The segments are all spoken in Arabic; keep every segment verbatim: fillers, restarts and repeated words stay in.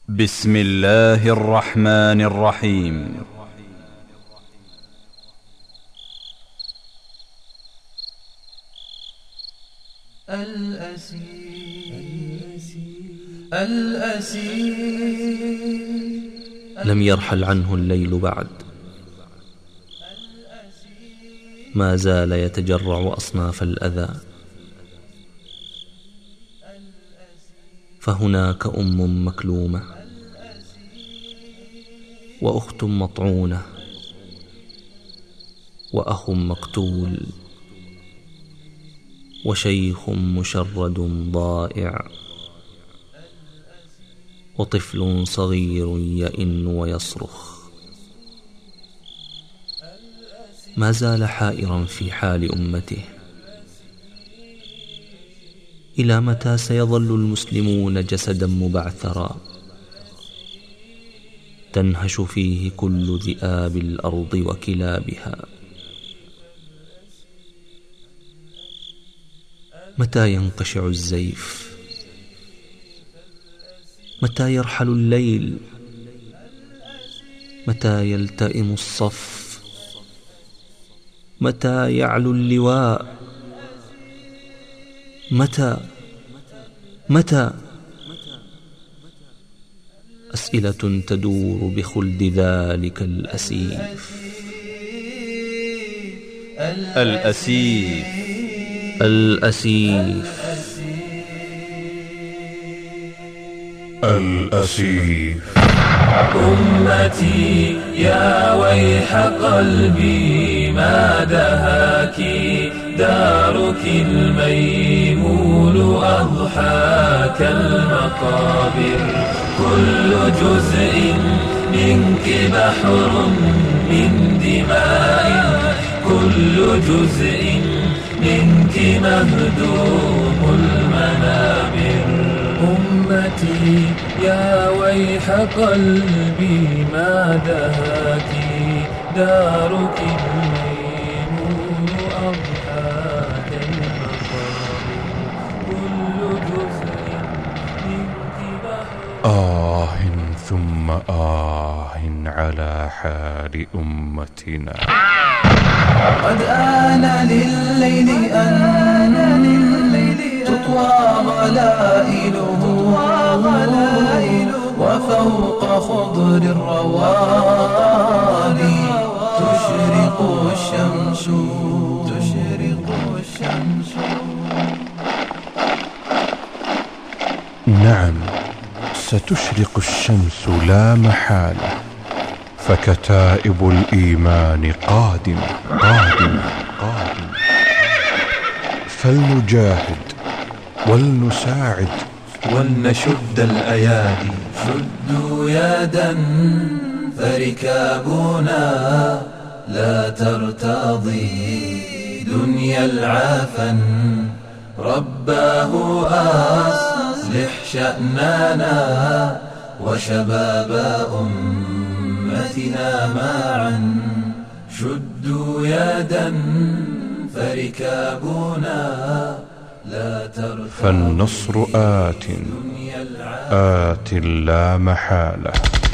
بسم الله الرحمن الرحيم. الأسير الأسير لم يرحل عنه الليل بعد، ما زال يتجرع أصناف الأذى. فهناك أم مكلومة، وأخت مطعونة، وأخ مقتول، وشيخ مشرد ضائع، وطفل صغير يئن ويصرخ. ما زال حائرا في حال أمته. إلى متى سيظل المسلمون جسدا مبعثرا تنهش فيه كل ذئاب الأرض وكلابها؟ متى ينقشع الزيف؟ متى يرحل الليل؟ متى يلتئم الصف؟ متى يعلو اللواء؟ متى متى أسئلة تدور بخلد ذلك الأسيف. الأسيف الأسيف الأسيف. أمتي يا ويح قلبي ما دهاك دارك الميمون أضحاك المقابر. كل جزء منك بحر من دماء، كل جزء منك مهدوم المنابر. أمتي يا ويح قلبي ما دهاك دارك الميمون أضحاك المقابر. كل جزء منك بحر. آه ثم آه على حال أمتنا. قد آن لليل أن تطوى غلائله، وفوق خضر الرواني تشرق الشمس تشرق الشمس. نعم، ستشرق الشمس لا محالة، فكتائب الإيمان قادمة قادمة قادمة. فلنجاهد ولنساعد ولنشد الأيادي. شدوا يدا فركابنا لا ترتضي دنيا العفن. رباه أصلح شأننا وشباب أمتنا معا. شدوا يدا فركابنا لا ترتضي. فالنصر آت آت لا محالة.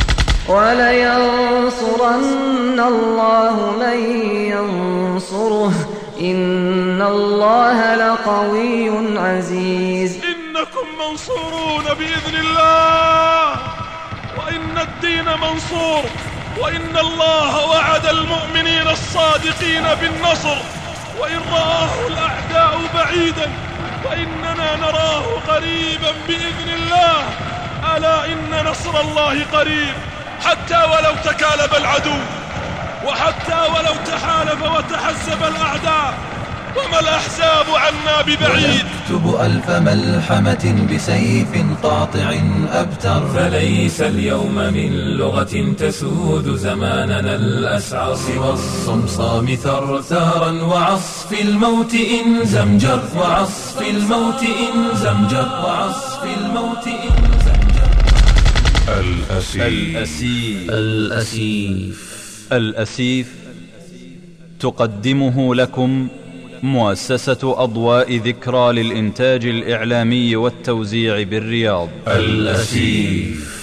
ولينصرن الله من ينصره، إن الله لقوي عزيز. إنكم منصورون بإذن الله، وإن الدين منصور، وإن الله وعد المؤمنين الصادقين بالنصر، وإن رآه الأعداء بعيدا وإننا نراه قريبا بإذن الله. ألا إن نصر الله قريب، حتى ولو تكالب العدو، وحتى ولو تحالف وتحزب الأعداء، وما الأحزاب عنا ببعيد. ونكتب ألف ملحمة بسيف قاطع أبتر. فليس اليوم من لغة تسود زماننا الأسعر سوى الصمصام ثرثارا وعصف الموت إن زمجر. وعصف الموت إن زمجر. وعصف الموت إن زمجر. الأسيف الأسيف الأسيف الأسيف تقدمه لكم مؤسسة أضواء ذكرى للإنتاج الإعلامي والتوزيع بالرياض. الأسيف.